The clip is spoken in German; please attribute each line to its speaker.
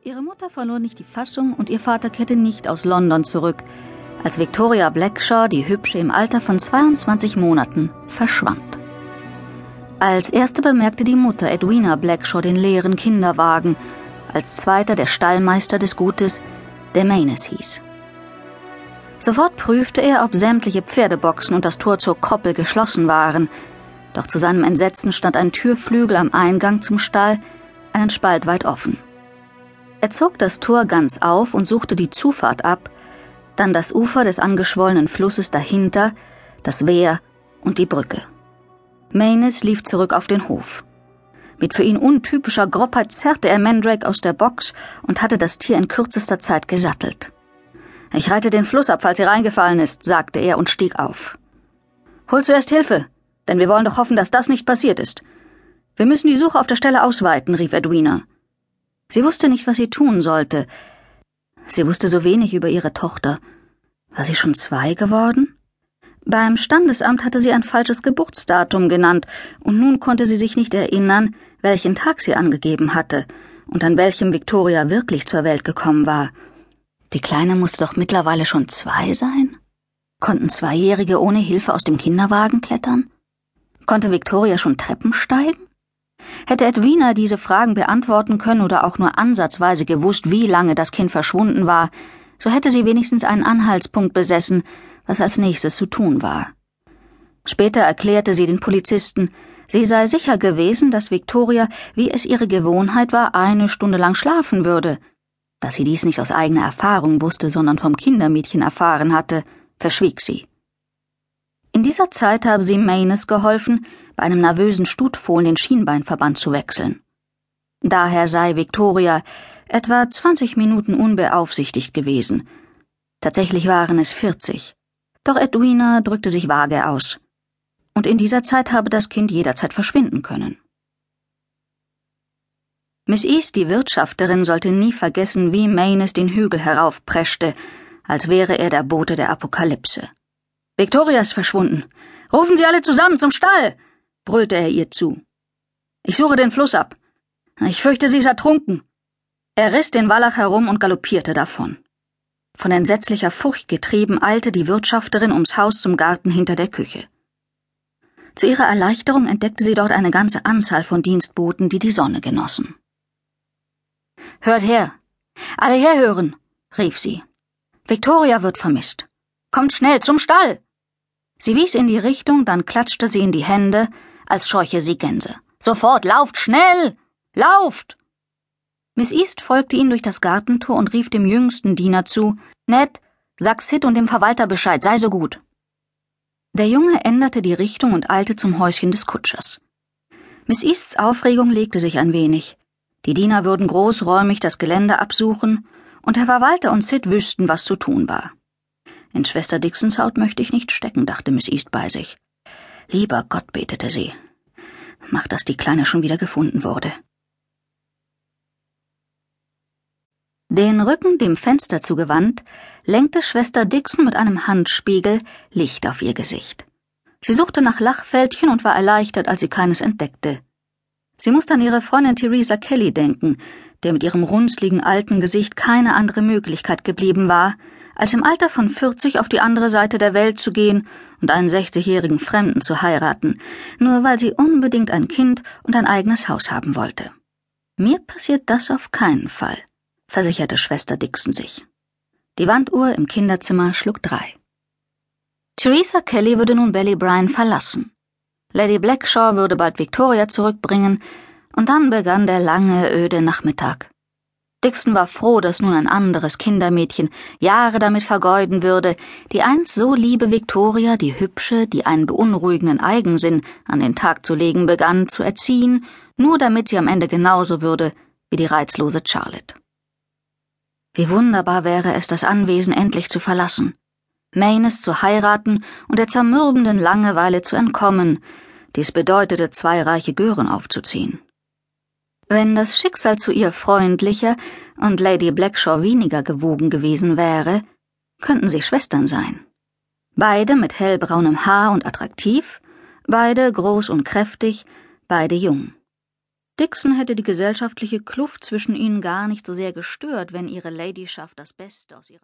Speaker 1: Ihre Mutter verlor nicht die Fassung und ihr Vater kehrte nicht aus London zurück, als Victoria Blackshaw, die Hübsche, im Alter von 22 Monaten verschwand. Als erste bemerkte die Mutter Edwina Blackshaw den leeren Kinderwagen, als zweiter der Stallmeister des Gutes, der Maynes hieß. Sofort prüfte er, ob sämtliche Pferdeboxen und das Tor zur Koppel geschlossen waren, doch zu seinem Entsetzen stand ein Türflügel am Eingang zum Stall, einen Spalt weit offen. Er zog das Tor ganz auf und suchte die Zufahrt ab, dann das Ufer des angeschwollenen Flusses dahinter, das Wehr und die Brücke. Maynes lief zurück auf den Hof. Mit für ihn untypischer Grobheit zerrte er Mandrake aus der Box und hatte das Tier in kürzester Zeit gesattelt. »Ich reite den Fluss ab, falls sie reingefallen ist«, sagte er und stieg auf. »Hol zuerst Hilfe, denn wir wollen doch hoffen, dass das nicht passiert ist. Wir müssen die Suche auf der Stelle ausweiten«, rief Edwina. Sie wusste nicht, was sie tun sollte. Sie wusste so wenig über ihre Tochter. War sie schon 2 geworden? Beim Standesamt hatte sie ein falsches Geburtsdatum genannt, und nun konnte sie sich nicht erinnern, welchen Tag sie angegeben hatte und an welchem Victoria wirklich zur Welt gekommen war. Die Kleine musste doch mittlerweile schon 2 sein? Konnten 2-Jährige ohne Hilfe aus dem Kinderwagen klettern? Konnte Victoria schon Treppen steigen? Hätte Edwina diese Fragen beantworten können oder auch nur ansatzweise gewusst, wie lange das Kind verschwunden war, so hätte sie wenigstens einen Anhaltspunkt besessen, was als nächstes zu tun war. Später erklärte sie den Polizisten, sie sei sicher gewesen, dass Victoria, wie es ihre Gewohnheit war, 1 Stunde lang schlafen würde. Dass sie dies nicht aus eigener Erfahrung wusste, sondern vom Kindermädchen erfahren hatte, verschwieg sie. In dieser Zeit habe sie Maynes geholfen, bei einem nervösen Stutfohlen den Schienbeinverband zu wechseln. Daher sei Victoria etwa 20 Minuten unbeaufsichtigt gewesen. Tatsächlich waren es 40. Doch Edwina drückte sich vage aus. Und in dieser Zeit habe das Kind jederzeit verschwinden können. Miss East, die Wirtschafterin, sollte nie vergessen, wie Maynes den Hügel heraufpreschte, als wäre er der Bote der Apokalypse. »Victoria ist verschwunden. Rufen Sie alle zusammen zum Stall«, brüllte er ihr zu. »Ich suche den Fluss ab. Ich fürchte, sie ist ertrunken.« Er riss den Wallach herum und galoppierte davon. Von entsetzlicher Furcht getrieben, eilte die Wirtschafterin ums Haus zum Garten hinter der Küche. Zu ihrer Erleichterung entdeckte sie dort eine ganze Anzahl von Dienstboten, die die Sonne genossen. »Hört her! Alle herhören!« rief sie. »Victoria wird vermisst. Kommt schnell zum Stall!« Sie wies in die Richtung, dann klatschte sie in die Hände, als scheuche sie Gänse. »Sofort, lauft schnell! Lauft!« Miss East folgte ihnen durch das Gartentor und rief dem jüngsten Diener zu, »Ned, sag Sid und dem Verwalter Bescheid, sei so gut.« Der Junge änderte die Richtung und eilte zum Häuschen des Kutschers. Miss Easts Aufregung legte sich ein wenig. Die Diener würden großräumig das Gelände absuchen, und der Verwalter und Sid wüssten, was zu tun war. In Schwester Dixons Haut möchte ich nicht stecken, dachte Miss East bei sich. Lieber Gott, betete sie. Mach, dass die Kleine schon wieder gefunden wurde. Den Rücken dem Fenster zugewandt, lenkte Schwester Dixon mit einem Handspiegel Licht auf ihr Gesicht. Sie suchte nach Lachfältchen und war erleichtert, als sie keines entdeckte. Sie musste an ihre Freundin Theresa Kelly denken, der mit ihrem runzligen alten Gesicht keine andere Möglichkeit geblieben war, als im Alter von 40 auf die andere Seite der Welt zu gehen und einen 60-jährigen Fremden zu heiraten, nur weil sie unbedingt ein Kind und ein eigenes Haus haben wollte. »Mir passiert das auf keinen Fall«, versicherte Schwester Dixon sich. Die Wanduhr im Kinderzimmer schlug 3. Theresa Kelly würde nun Ballybrien verlassen. Lady Blackshaw würde bald Victoria zurückbringen, und dann begann der lange, öde Nachmittag. Dixon war froh, dass nun ein anderes Kindermädchen Jahre damit vergeuden würde, die einst so liebe Victoria, die Hübsche, die einen beunruhigenden Eigensinn an den Tag zu legen begann, zu erziehen, nur damit sie am Ende genauso würde wie die reizlose Charlotte. Wie wunderbar wäre es, das Anwesen endlich zu verlassen, Maynes zu heiraten und der zermürbenden Langeweile zu entkommen, die es bedeutete, 2 reiche Gören aufzuziehen. Wenn das Schicksal zu ihr freundlicher und Lady Blackshaw weniger gewogen gewesen wäre, könnten sie Schwestern sein. Beide mit hellbraunem Haar und attraktiv, beide groß und kräftig, beide jung. Dixon hätte die gesellschaftliche Kluft zwischen ihnen gar nicht so sehr gestört, wenn ihre Ladyschaft das Beste aus ihrer